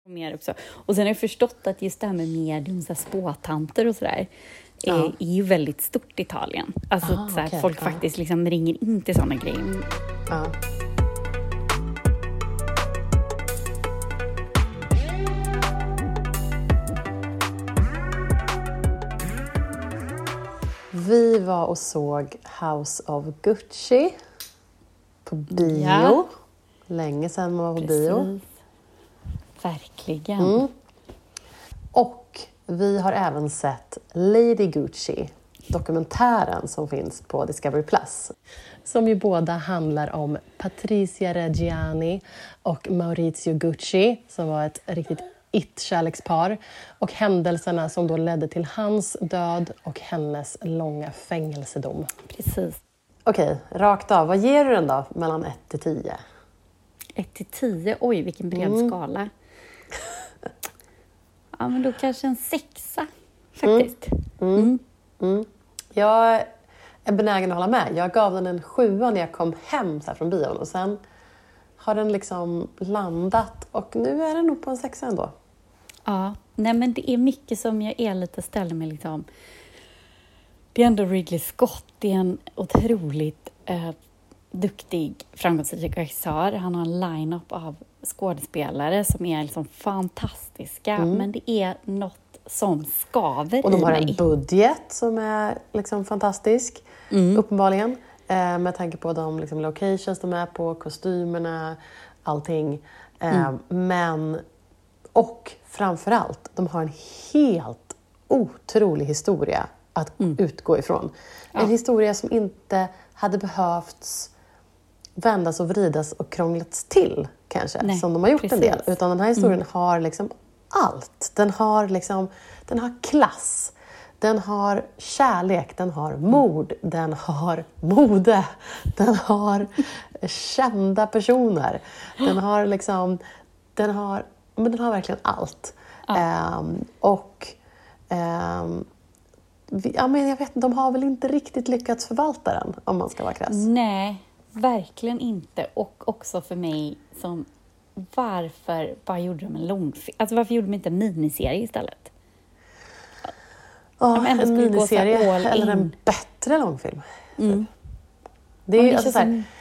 Mer också. Och sen har jag förstått att just det här med medium, så här spåtanter och sådär är ju väldigt stort i Italien. Alltså så här, folk faktiskt liksom ringer in till sådana grejer. Ja. Vi var och såg House of Gucci på bio. Ja. Länge sedan man var på bio. Verkligen. Och vi har även sett Lady Gucci, dokumentären som finns på Discovery Plus. Som ju båda handlar om Patricia Reggiani och Maurizio Gucci, som var ett riktigt kärlekspar. Och händelserna som då ledde till hans död och hennes långa fängelsedom. Precis. Okej, rakt av. Vad ger du den då mellan 1 till 10? 1 till 10? Oj, vilken bred skala. Ja, men då kanske en 6 faktiskt. Jag är benägen att hålla med. Jag gav den en 7 när jag kom hem så här från bion. Och sen har den liksom landat. Och nu är den nog på en 6 ändå. Ja, nej men det är mycket som jag är lite ställer mig liksom. Det är ändå Ridley Scott. Det är en otroligt duktig, framgångsrik regissör. Han har en line-up av skådespelare som är liksom fantastiska. Men det är något som skaver i mig. Och de har en budget som är liksom fantastisk, uppenbarligen. Med tanke på de liksom locations de är på, kostymerna, allting. Men, och framförallt, de har en helt otrolig historia att utgå ifrån. En historia som inte hade behövts vändas och vridas och krånglats till kanske. Nej, som de har gjort en del. Utan den här historien har liksom allt. Den har klass. Den har kärlek. Den har mord. Den har mode. Den har kända personer. Den har liksom... Den har verkligen allt. Jag vet inte, de har väl inte riktigt lyckats förvalta den, om man ska vara krass. Nej, verkligen inte. Och också för mig som, varför bara gjorde de en långfilm? Alltså varför gjorde de inte en miniserie istället? Ja, en miniserie eller en bättre långfilm. Det är ju alltså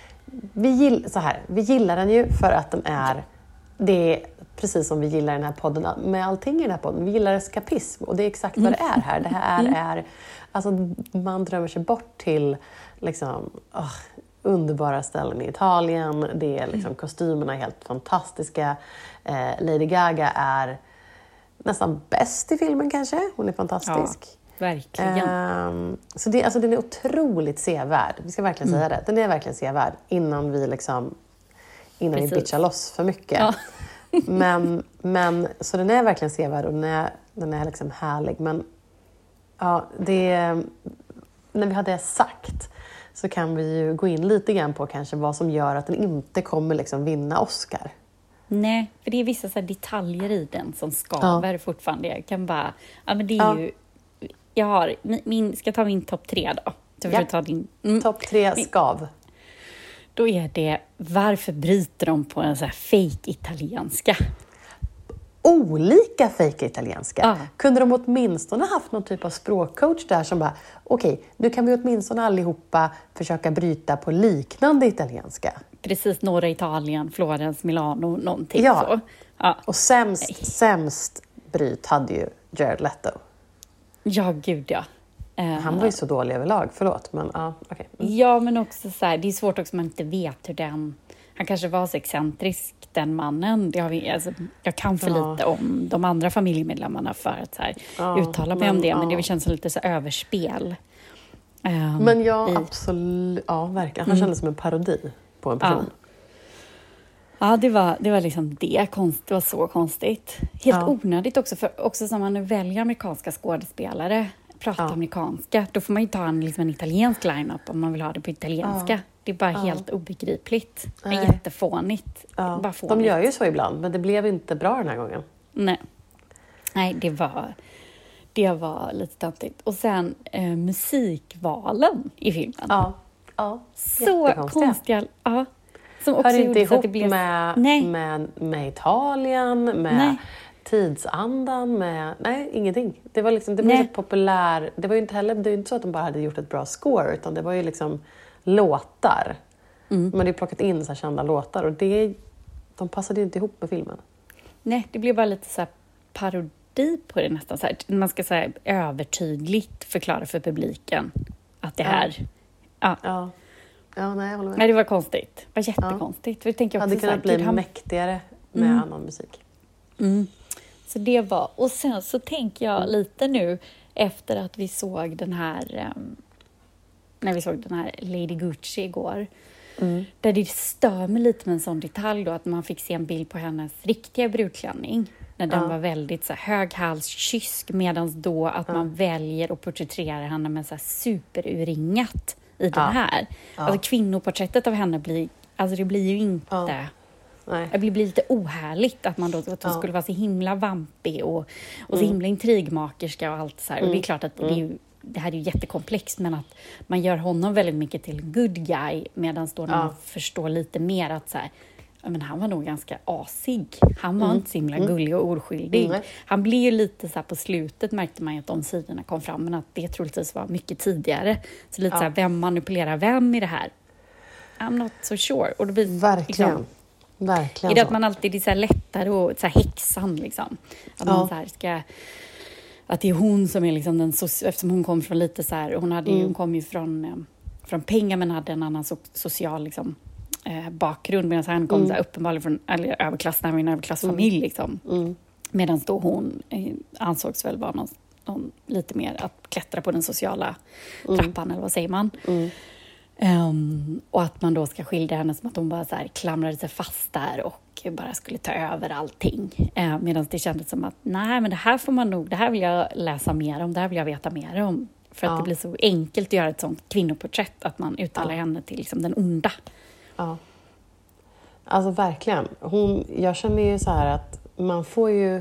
vi gillar den ju för att den är, det är precis som vi gillar den här podden, med allting i den här podden. Vi gillar eskapism och det är exakt vad det är här. Det här är, alltså man drömmer sig bort till liksom, underbara ställen i Italien. Det är liksom, kostymerna är helt fantastiska. Lady Gaga är nästan bäst i filmen kanske. Hon är fantastisk. Ja, verkligen. Så det, alltså, den är otroligt sevärd. Vi ska verkligen säga det. Den är verkligen sevärd innan vi vi bitchar loss för mycket. Ja. men så den är verkligen sevärd och den är liksom härlig. Men ja, när vi har det sagt så kan vi ju gå in lite grann på kanske vad som gör att den inte kommer liksom vinna Oscar. Nej, för det är vissa så här detaljer i den som skaver fortfarande. Jag kan bara, men det är ju, jag har, ska jag ta min topp 3 då? Topp 3 skav. Då är det, varför bryter de på en så här fake italienska? Olika fake italienska. Kunde de åtminstone haft någon typ av språkcoach där som bara, okej, nu kan vi åtminstone allihopa försöka bryta på liknande italienska. Precis, norra Italien, Florens, Milano, någonting så. Ja, och sämst bryt hade ju Jared Leto. Ja, gud ja. Han var ju så dålig överlag, förlåt. Men, okay. Ja, men också så här, det är svårt också om man inte vet hur han kanske var så excentrisk, den mannen. Jag kan för lite om de andra familjemedlemmarna för att så här, uttala mig om det. Men det känns lite så överspel. Men absolut. Ja, verkligen. Han kändes som en parodi på en person. Ja, det var liksom det var så konstigt. Helt onödigt också, för också som man nu väljer amerikanska skådespelare, prata amerikanska, då får man ju ta en italiensk line-up om man vill ha det på italienska. Det är bara helt obegripligt. Det är jättefånigt. Bara fånigt. De gör ju så ibland, men det blev inte bra den här gången. Nej, det var lite töntigt. Och sen musikvalen i filmen. Så konstiga. Som också hör inte ihop att det blev... med Italien, tidsandan med... Nej, ingenting. Det var liksom, det var så populär... Det var ju inte heller, det är inte så att de bara hade gjort ett bra score, utan det var ju liksom låtar. Man hade ju plockat in så här kända låtar, och de passade ju inte ihop med filmen. Nej, det blev bara lite så här parodi på det nästan. Så här, man ska säga övertydligt förklara för publiken att det här... Ja, nej, jag håller med. Nej, det var konstigt. Det var jättekonstigt. För jag tänker också hade kunnat bli mäktigare med annan musik. Så det var... Och sen så tänker jag lite nu efter att vi såg den här... när vi såg den här Lady Gucci igår. Där det stör mig lite med en sån detalj då, att man fick se en bild på hennes riktiga brudklänning. När den var väldigt så här, hög hals, kysk, medan då att man väljer att porträttera henne med så här superurringat i den här. Alltså kvinnoporträttet av henne blir, alltså det blir ju inte... Det blir lite ohärligt att man då att hon skulle vara så himla vampig och så himla intrigmakerska och allt så här. Och det är klart att det här är ju jättekomplext, men att man gör honom väldigt mycket till good guy, medan då när man förstår lite mer att så här, men han var nog ganska asig. Han var inte så himla gullig och oskyldig. Han blev ju lite så här på slutet, märkte man ju att de sidorna kom fram, men att det troligtvis var mycket tidigare. Så lite så här, vem manipulerar vem i det här? I'm not so sure. Och då blir verkligen. Liksom, verkligen är det så. att man alltid är så här lättare och så här häxan liksom. Att man så här ska... Att det är hon som är liksom den... Eftersom hon kom från lite så här... Hon kom ju från pengar, men hade en annan social liksom, bakgrund. Medan han kom så här, uppenbarligen från överklass, när han var en överklassfamilj. Liksom. Medan då hon ansågs väl vara någon lite mer att klättra på den sociala trappan, eller vad säger man? Och att man då ska skildra henne som att hon bara så här klamrade sig fast där och bara skulle ta över allting. Medan det kändes som att nej, men det här får man nog, det här vill jag läsa mer om, det här vill jag veta mer om. För att det blir så enkelt att göra ett sånt kvinnoporträtt, att man uttalar henne till liksom den onda. Ja. Alltså verkligen. Jag känner ju så här att man får ju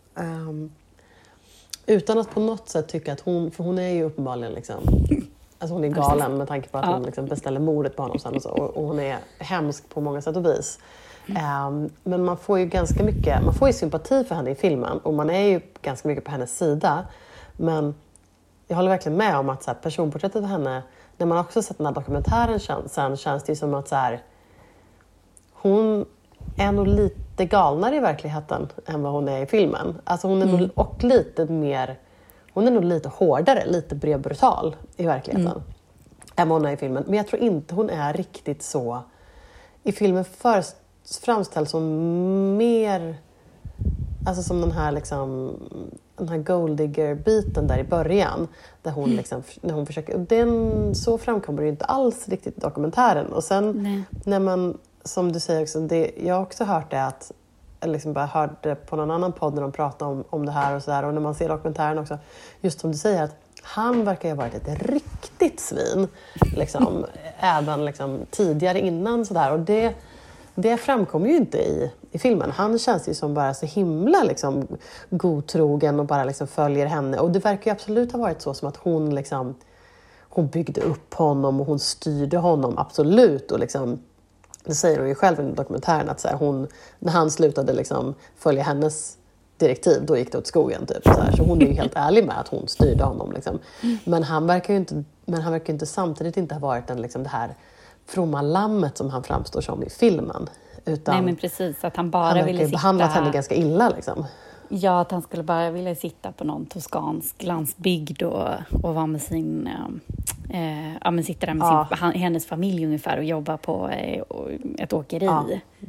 utan att på något sätt tycka att för hon är ju uppenbarligen liksom... Alltså hon är galen med tanke på att hon liksom beställer mordet på honom sen och så. Och hon är hemsk på många sätt och vis. Men man får ju ganska mycket... Man får ju sympati för henne i filmen. Och man är ju ganska mycket på hennes sida. Men jag håller verkligen med om att så här, personporträttet av henne... När man också sett den här dokumentären sen känns det ju som att så här, hon är nog lite galnare i verkligheten än vad hon är i filmen. Alltså hon är nog och lite mer... Hon är nog lite hårdare, lite mer brutal i verkligheten än vad hon är i filmen. Men jag tror inte hon är riktigt så... I filmen framställs hon mer... Alltså som den här golddigger-biten där i början. Där hon liksom, när hon försöker... Så framkommer det ju inte alls riktigt i dokumentären. Och sen när man, som du säger också, jag har också hört det att... Jag liksom bara hörde på någon annan podd när de pratade om det här och sådär. Och när man ser dokumentären också, just som du säger, att han verkar ju ha varit ett riktigt svin. Liksom, även liksom, tidigare innan sådär. Och det framkommer ju inte i filmen. Han känns ju som bara så himla liksom, godtrogen och bara liksom, följer henne. Och det verkar ju absolut ha varit så som att hon liksom, hon byggde upp honom och hon styrde honom absolut. Och liksom, det säger hon ju själv i dokumentären att så här, när han slutade liksom följa hennes direktiv, då gick det åt skogen typ. Så hon är ju helt ärlig med att hon styrde honom. Liksom. Men han verkar ju inte samtidigt inte ha varit det här fromma lammet som han framstår som i filmen. Utan nej, men precis, att han bara ville sitta... behandlat henne ganska illa liksom. Ja, att han skulle bara vilja sitta på någon toskansk landsbygd och vara med sin... men sitta där med hennes familj ungefär och jobba på ett åkeri. Ja,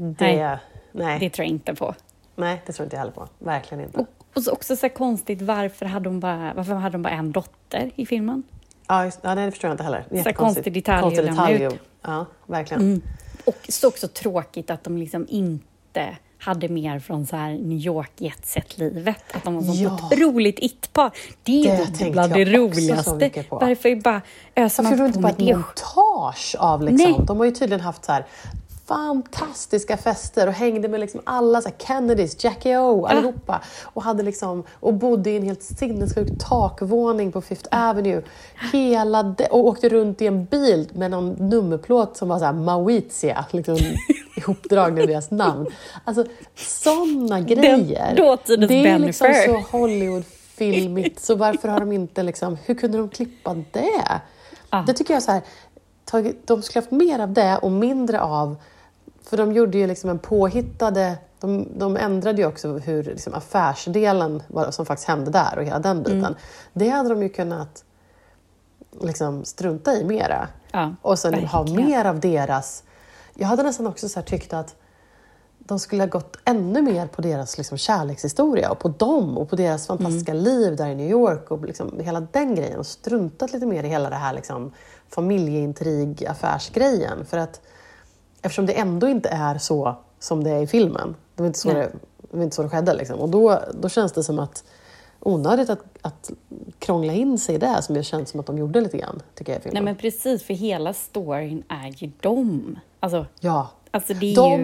nej. Det tror jag inte på. Nej, det tror inte jag heller på. Verkligen inte. Och så också så konstigt, varför hade de bara en dotter i filmen? Ja, det förstår jag inte heller. Så konstig detalj. Ja, verkligen. Och så också tråkigt att de liksom inte hade mer från så här New York jetset-livet. Att de var så otroligt it-par. Det är bland det roligaste. Varför bara ösa man på inte bara ett montage av liksom. Nej. De har ju tydligen haft så här fantastiska fester och hängde med liksom alla så här Kennedys, Jackie O, allihopa. Och hade liksom, och bodde i en helt sinnessjuk takvåning på Fifth Avenue. Och åkte runt i en bil med någon nummerplåt som var så här Maurizia. Liksom, ihopdragna av deras namn. Alltså sådana grejer. Dåtidens det är Bennifer. liksom så Hollywood-filmigt. Så varför har de inte liksom, hur kunde de klippa det? Det tycker jag så här, de skulle haft mer av det och mindre av, för de gjorde ju liksom en påhittade, de ändrade ju också hur liksom affärsdelen vad som faktiskt hände där och hela den biten. Det hade de ju kunnat liksom strunta i mera. Och sen ha mer av deras. Jag hade nästan också så här tyckt att de skulle ha gått ännu mer på deras liksom kärlekshistoria och på dem och på deras fantastiska liv där i New York och liksom hela den grejen och struntat lite mer i hela det här liksom familjeintrig affärsgrejen, för att eftersom det ändå inte är så som det är i filmen. Det var inte så det skedde liksom. Och då känns det som att onödigt att krångla in sig i det som jag känns som att de gjorde lite grann, tycker jag, i filmen. Nej men precis, för hela storyn är ju dem. Alltså, ja, alltså det är de ju...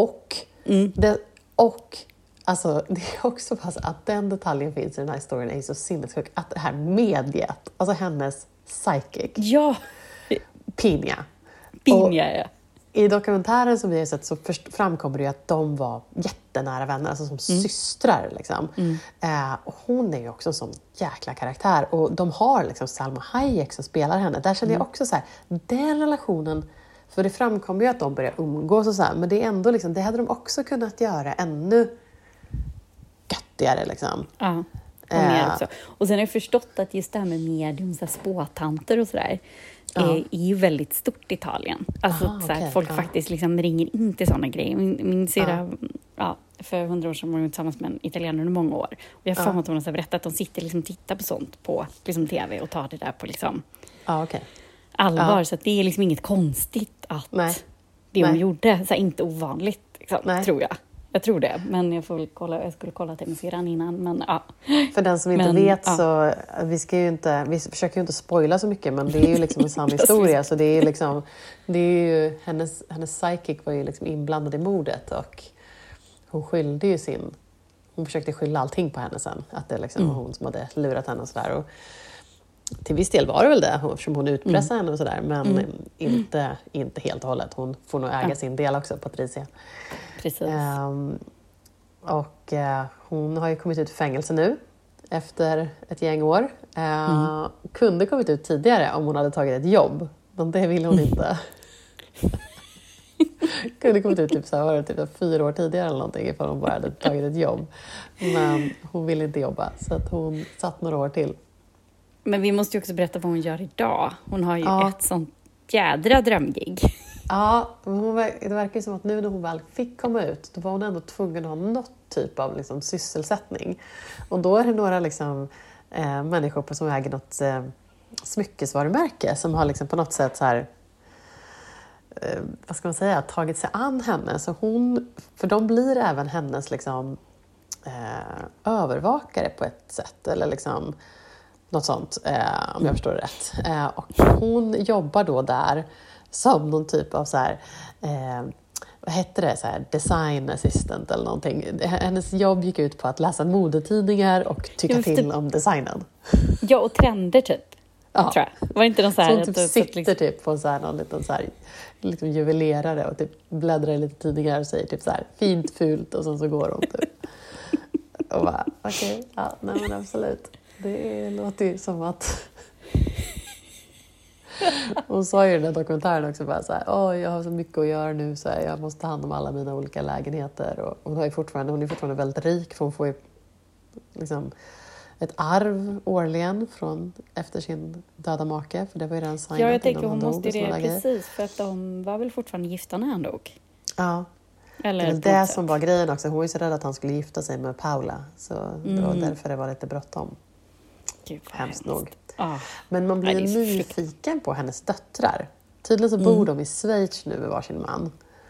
och alltså, det är också bara så att den detaljen finns i den här storyn är så sinnessjuk. Att det här mediet, alltså hennes psychic. Ja. Pinja. Ja. I dokumentären som vi har sett så framkommer det ju att de var jättenära vänner, alltså som systrar liksom. Och hon är ju också en sån jäkla karaktär. Och de har liksom Salma Hayek som spelar henne. Där känner jag också så här, den relationen, för det framkommer ju att de börjar umgås och så här, men det är ändå liksom, det hade de också kunnat göra ännu göttigare liksom. Ja, och mer också. Och sen har jag förstått att just det här med medium, så här spåtanter och sådär, är ju väldigt stort i Italien. Alltså så här, folk faktiskt liksom ringer in till sådana grejer. Min syrra, för 100 år sedan var hon tillsammans med en italienare under många år. Och jag får att hon har berättat att de sitter liksom och tittar på sånt på liksom tv och tar det där på liksom allvar. Så att det är liksom inget konstigt att det hon gjorde. Så här, inte ovanligt, liksom, tror jag. Jag tror det, men jag får väl kolla. Jag skulle kolla till med syrran innan, men ja. För den som inte vet så vi försöker ju inte spoila så mycket, men det är ju liksom en sann historia, så det är liksom, det är ju hennes psychic var ju liksom inblandad i mordet och hon försökte skylla allting på henne sen, att det liksom var hon som hade lurat henne och sådär, och till viss del var det väl det, eftersom hon utpressade henne och sådär, men inte helt och hållet. Hon får nog äga sin del också, Patricia. Precis. Hon har ju kommit ut i fängelse nu efter ett gäng år. Kunde kommit ut tidigare om hon hade tagit ett jobb, men det ville hon inte. Kunde kommit ut typ 4 år tidigare eller någonting ifall hon bara hade tagit ett jobb. Men hon ville inte jobba, så att hon satt några år till. Men vi måste ju också berätta vad hon gör idag. Hon har ju ett sånt jädra drömgig. Ja, det verkar ju som att nu när hon väl fick komma ut, då var hon ändå tvungen att ha något typ av liksom sysselsättning. Och då är det några liksom, människor som äger något smyckesvarumärke som har liksom på något sätt så här, vad ska man säga, tagit sig an henne. Så för de blir även hennes liksom, övervakare på ett sätt, eller liksom något sånt, om jag förstår det rätt. Och hon jobbar då där som någon typ av så här, vad hette det, så här, design assistant eller någonting. Hennes jobb gick ut på att läsa modetidningar och tycka till om designen. Ja, och trender typ. Tror jag. Var inte de så här, som typ sitter typ på så här, någon liten så här, liksom juvelerare och typ bläddrar i lite tidningar och säger typ så här, fint, fult, och sen så går hon typ. Och bara, okej, nej men absolut. Det låter ju som att hon sa ju i den där dokumentären också bara så här, jag har så mycket att göra nu, så här, jag måste ta hand om alla mina olika lägenheter, och hon är fortfarande väldigt rik, för hon får ju liksom ett arv årligen efter sin döda make, för det var ju redan signat. Ja, jag tänker hon måste det precis, för att de var väl fortfarande gifta när han dog. Ja. Eller det var det som var grejen också. Hon var ju så rädd att han skulle gifta sig med Paula, så det var därför det var lite bråttom. Gud, hemskt nog. Men man blir nyfiken på hennes döttrar. Tydligen så bor de i Schweiz nu med varsin man.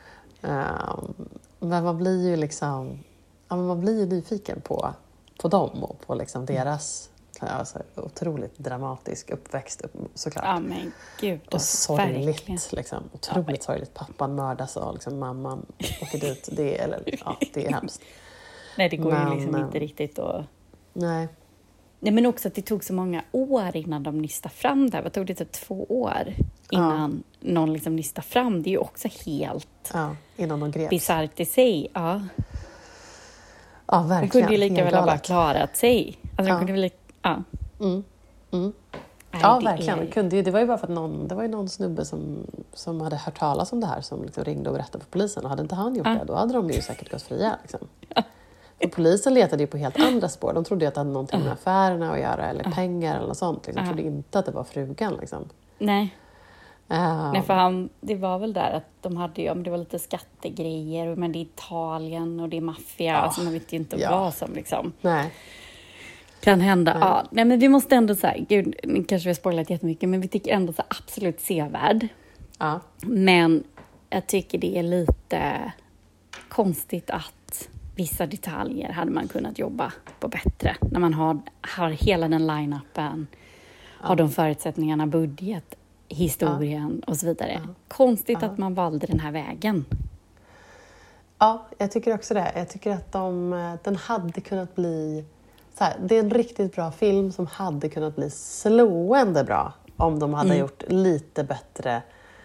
Men man blir ju liksom, man blir nyfiken på dem och på liksom deras otroligt dramatisk uppväxt, såklart. Ja, men gud, och sorgligt, liksom, otroligt sorgligt. Pappan mördas och liksom, mamman åker dit. Det är hemskt. Nej, det går ju liksom inte riktigt att... Nej. Nej, men också att det tog så många år innan de nystade fram det här. Vad tog det? Typ 2 år innan någon liksom nystade fram. Det är ju också helt innan de greps. bisarrt i sig. Ja, verkligen. De kunde ju lika väl ha bara klarat sig. Alltså, de kunde väl Ja, verkligen. Det var ju bara för att det var ju någon snubbe som hade hört talas om det här som liksom ringde och berättade för polisen. Och hade inte han gjort det, då hade de ju säkert gått fria. Liksom. Och polisen letade ju på helt andra spår. De trodde att det hade någonting med affärerna att göra eller pengar eller något sånt. Liksom. De trodde inte att det var frugan. Liksom. Nej. Nej, för det var väl där att de hade ju, det var lite skattegrejer, men det är Italien och det är maffia. Alltså man vet ju inte vad som liksom... Nej. Kan hända. Nej, men vi måste ändå säga, gud, nu kanske vi har spoilat jättemycket, men vi tycker ändå så absolut sevärd. Ja. Men jag tycker det är lite konstigt att vissa detaljer hade man kunnat jobba på bättre. När man har hela den line-upen, har de förutsättningarna, budget, historien och så vidare. Konstigt att man valde den här vägen. Ja, jag tycker också det. Jag tycker att den hade kunnat bli... det är en riktigt bra film som hade kunnat bli slående bra om de hade gjort lite bättre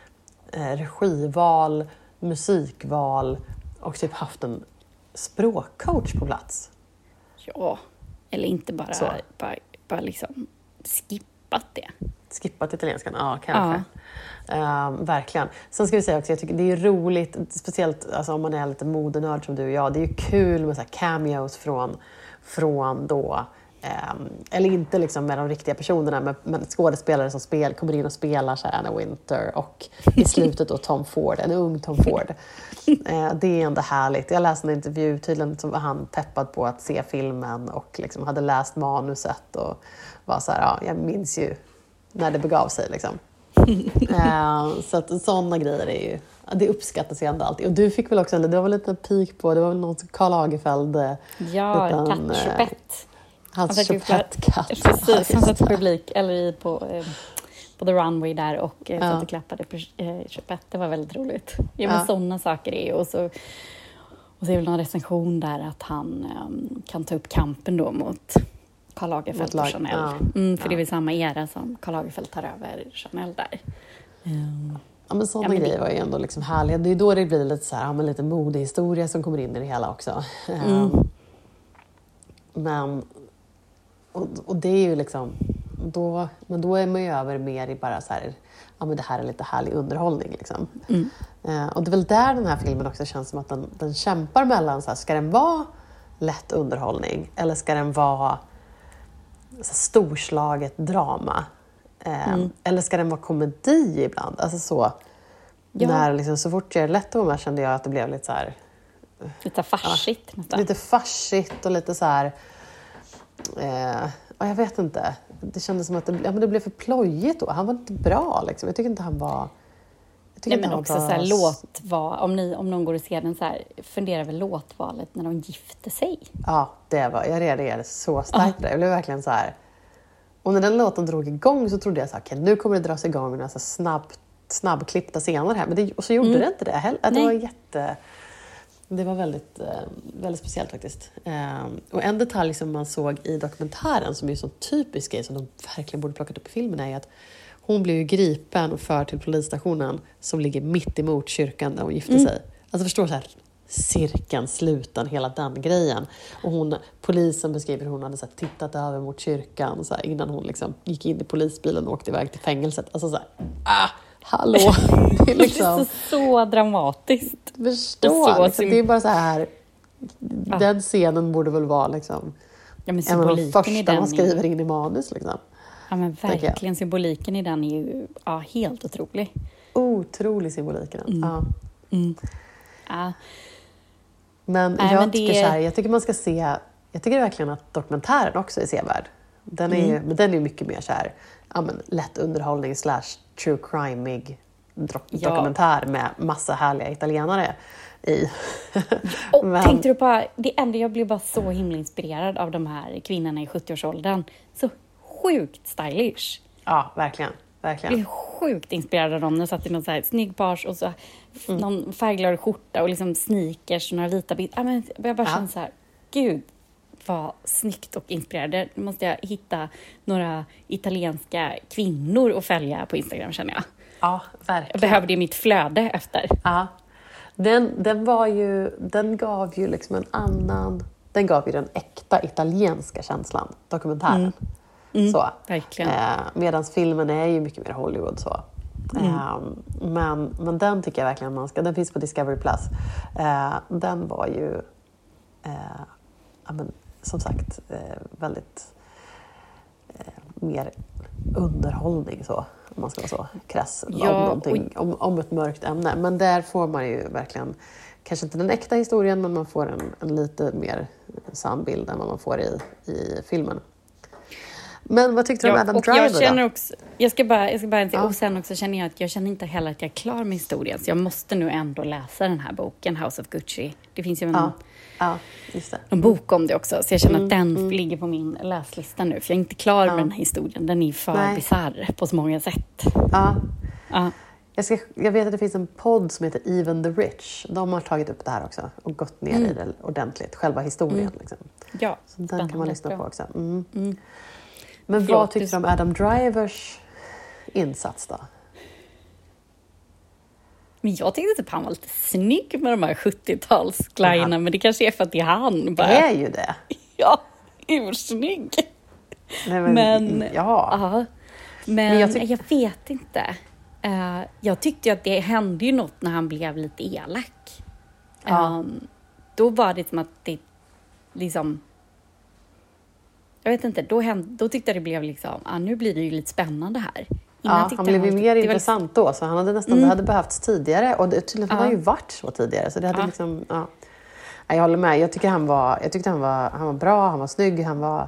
regival, musikval och typ haft en språkcoach på plats. Ja, eller inte bara liksom skippat det. Skippat italienskan, kanske. Verkligen. Sen ska vi säga också, jag tycker det är roligt, speciellt alltså, om man är lite modenörd som du och jag, det är ju kul med så här cameos från då, eller inte liksom med de riktiga personerna, men skådespelare som kommer in och spelar så här, Anna Wintour och i slutet då Tom Ford, en ung Tom Ford. Det är ändå härligt. Jag läste en intervju, tydligen så var han peppad på att se filmen och liksom hade läst manuset och var så här, jag minns ju när det begav sig liksom. Så att sådana grejer är ju, det uppskattas ju ändå alltid. Och du fick väl också, det var väl lite pik på, det var väl någon Karl Lagerfeld. Katt-Chopette. Hans Chopette-katt. Precis, han satt på publik, eller på the runway där och satt och klappade på Chopette. Det var väldigt roligt. Men sådana saker är ju, och så är det någon recension där att han kan ta upp kampen då mot Karl Lagerfeld och Chanel. För det är väl samma era som Karl Lagerfeld tar över Chanel där. Ja, men sådana grejer var ju ändå liksom härliga. Det är då det blir lite så här, men lite modehistoria som kommer in i det hela också. Men och det är ju liksom men då är man ju över mer i bara så här, men det här är lite härlig underhållning liksom. Och det är väl där den här filmen också känns som att den kämpar mellan så här, ska den vara lätt underhållning eller ska den vara så storslaget drama? Eller ska den vara komedi ibland? Alltså så, när liksom, så fort jag är lätt att vara med kände jag att det blev lite så här... Lite farsigt nästan. Lite farsigt och lite så här... jag vet inte. Det kändes som att det blev för plojigt då. Han var inte bra liksom. Jag tycker inte han var... Nej, men också så här, om någon går och ser den så här, fundera över låtvalet när de gifte sig. Ja, jag reagerade så starkt där. Jag blev verkligen så här... Och när den låten drog igång så trodde jag så här, okej, nu kommer det dras igång med några så snabbklippta scener här. Men och så gjorde det inte det heller. Det var väldigt, väldigt speciellt faktiskt. Och en detalj som man såg i dokumentären som är så typisk grej som de verkligen borde plockat upp i filmen är att hon blev ju gripen och förd till polisstationen som ligger mitt emot kyrkan där hon gifte sig. Alltså förstår så här, cirkeln, slutan, hela den grejen. Och polisen beskriver hur hon hade så här, tittat över mot kyrkan så här, innan hon liksom gick in i polisbilen och åkte iväg till fängelset. Alltså så här, hallå! Det är liksom... så dramatiskt. Förstår, liksom, det är bara så här, den scenen borde väl vara liksom en av de första man skriver in i manus liksom. Ja, men verkligen, symboliken i den är ju helt otrolig. Otrolig symbolik i den. Men jag tycker man ska se, jag tycker verkligen att dokumentären också är sevärd. Den är men den är mycket mer så här, lätt underhållning / true crime-ig dokumentär med massa härliga italienare i. Och tänkte du på det enda, jag blev bara så himla inspirerad av de här kvinnorna i 70-årsåldern. Så sjukt stylish. Ja, verkligen. Jag blev sjukt inspirerad av dem. De satt i någon så här snygg page och så någon färgglad skjorta och liksom sneakers och några vita bitar. Jag bara kände så här, gud, vad snyggt och inspirerande. Nu måste jag hitta några italienska kvinnor att följa på Instagram, känner jag. Ja, verkligen. Jag behöver det i mitt flöde efter. Ja. Den gav ju liksom en annan... Den gav ju den äkta italienska känslan, dokumentären. Så. Verkligen. Medan filmen är ju mycket mer Hollywood. Så. Men den tycker jag verkligen man ska... Den finns på Discovery Plus. Den var ju... som sagt, väldigt mer underhållning så, om man ska vara så krass om ett mörkt ämne. Men där får man ju verkligen, kanske inte den äkta historien, men man får en lite mer sann bild än vad man får i filmen. Men vad tyckte du om Adam Driver jag känner då? också, jag ska bara och sen också känner jag att jag känner inte heller att jag är klar med historien, så jag måste nu ändå läsa den här boken, House of Gucci. Det finns ju just det. En bok om det också, så jag känner att den ligger på min läslista nu, för jag är inte klar med den här historien. Den är för bizarr på så många sätt. Jag vet att det finns en podd som heter Even the Rich. De har tagit upp det här också och gått ner i det ordentligt, själva historien. Liksom. Ja, så den kan man lyssna på också. Men vad tyckte du om Adam Drivers insats då? Men jag tyckte typ han var lite snygg med de här 70-talsglajjorna, men det kanske är för att det är han. Det är ju det. Ja, ursnygg. Nej, men jag vet inte. Jag tyckte att det hände ju något när han blev lite elak. Då var det som att det liksom... Jag vet inte, då tyckte jag det blev liksom... nu blir det ju lite spännande här. Han blev ju mer intressant då, så han hade nästan det hade behövts tidigare, och det tydligen har ju varit så tidigare, så det hade liksom jag håller med. Jag tyckte han var bra, han var snygg, han var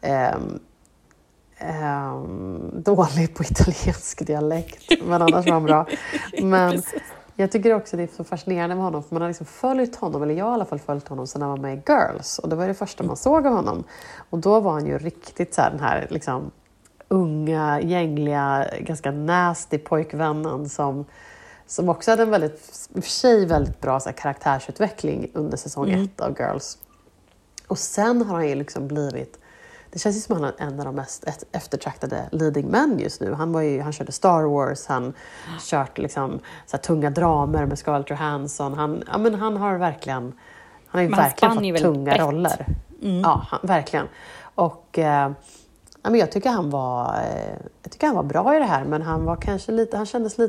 dålig på italiensk dialekt, men annars var han bra. Men jag tycker också det är så fascinerande med honom, för man har liksom följt honom, eller jag har i alla fall följt honom sedan han var med i Girls, och det var det första man såg av honom, och då var han ju riktigt så här, den här liksom unga, gängliga, ganska nasty pojkvännen som också hade en i och för sig väldigt bra så här, karaktärsutveckling under säsong 1 av Girls. Och sen har han ju liksom blivit, det känns ju som att han är en av de mest eftertraktade leading men just nu. Han körde Star Wars, han kört liksom så här, tunga dramer med Scarlett Johansson. Han har ju verkligen fått tunga roller. Verkligen. Och jag tycker han var bra i det här, men han var kanske lite,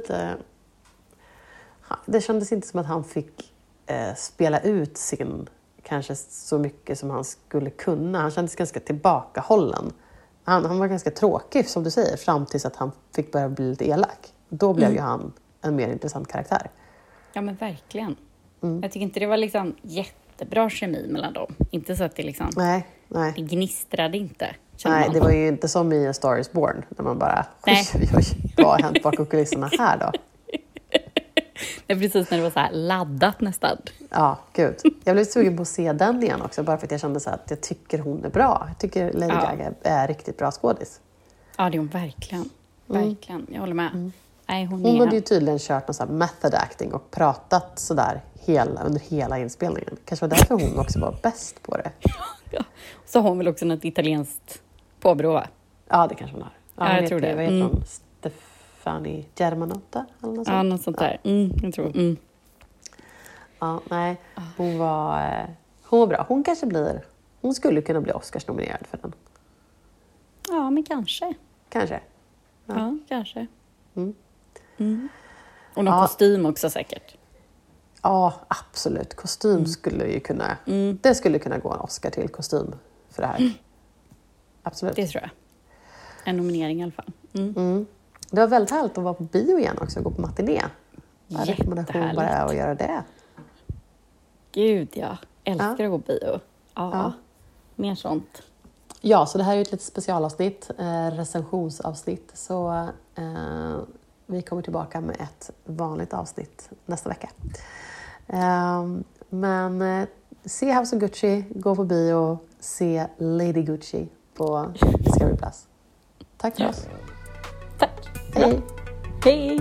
det kändes inte som att han fick spela ut sin kanske så mycket som han skulle kunna. Han kändes ganska tillbakahållen. Han var ganska tråkig, som du säger, fram tills att han fick börja bli lite elak. Då blev ju han en mer intressant karaktär. Ja, men verkligen. Jag tycker inte det var liksom jättebra kemi mellan dem. Inte så att det liksom... Nej. Det gnistrade inte. Nej, det var ju inte som i A Star is Born, när man bara, vad har hänt bakom kulisserna här då? Det är precis när det var så här laddat nästan. Ja, gud. Jag blev sugen på att se den igen också, bara för att jag kände så att jag tycker hon är bra. Jag tycker Lady Gaga är riktigt bra skådis. Ja, det är hon verkligen. Verkligen, jag håller med. Nej, hon hade ju tydligen kört någon så här method acting och pratat sådär under hela inspelningen. Kanske var därför hon också var bäst på det. Ja. Så har hon väl också något italienskt påbrå, va? Ja, det kanske hon har. Ja, jag tror det. Vad heter hon? Stefani Germanotta? Eller något sånt? Ja, något sånt där. Jag tror. Ja, nej. Hon var bra. Hon skulle kunna bli Oscars-nominerad för den. Ja, men kanske. Kanske. Ja, kanske. Och någon kostym också säkert. Ja, absolut. Kostym skulle ju kunna... Det skulle kunna gå en Oscar till kostym för det här. Absolut. Det tror jag. En nominering i alla fall. Det var väldigt härligt att vara på bio igen också och gå på matiné. Rekommendation bara att göra det. Gud, jag älskar att gå på bio. Ja. Mer sånt. Ja, så det här är ett litet specialavsnitt, recensionsavsnitt. Så vi kommer tillbaka med ett vanligt avsnitt nästa vecka. Men se House of Gucci, gå på bio, se Lady Gucci på Discovery Plus. Tack för oss. Tack. Hej. Hej.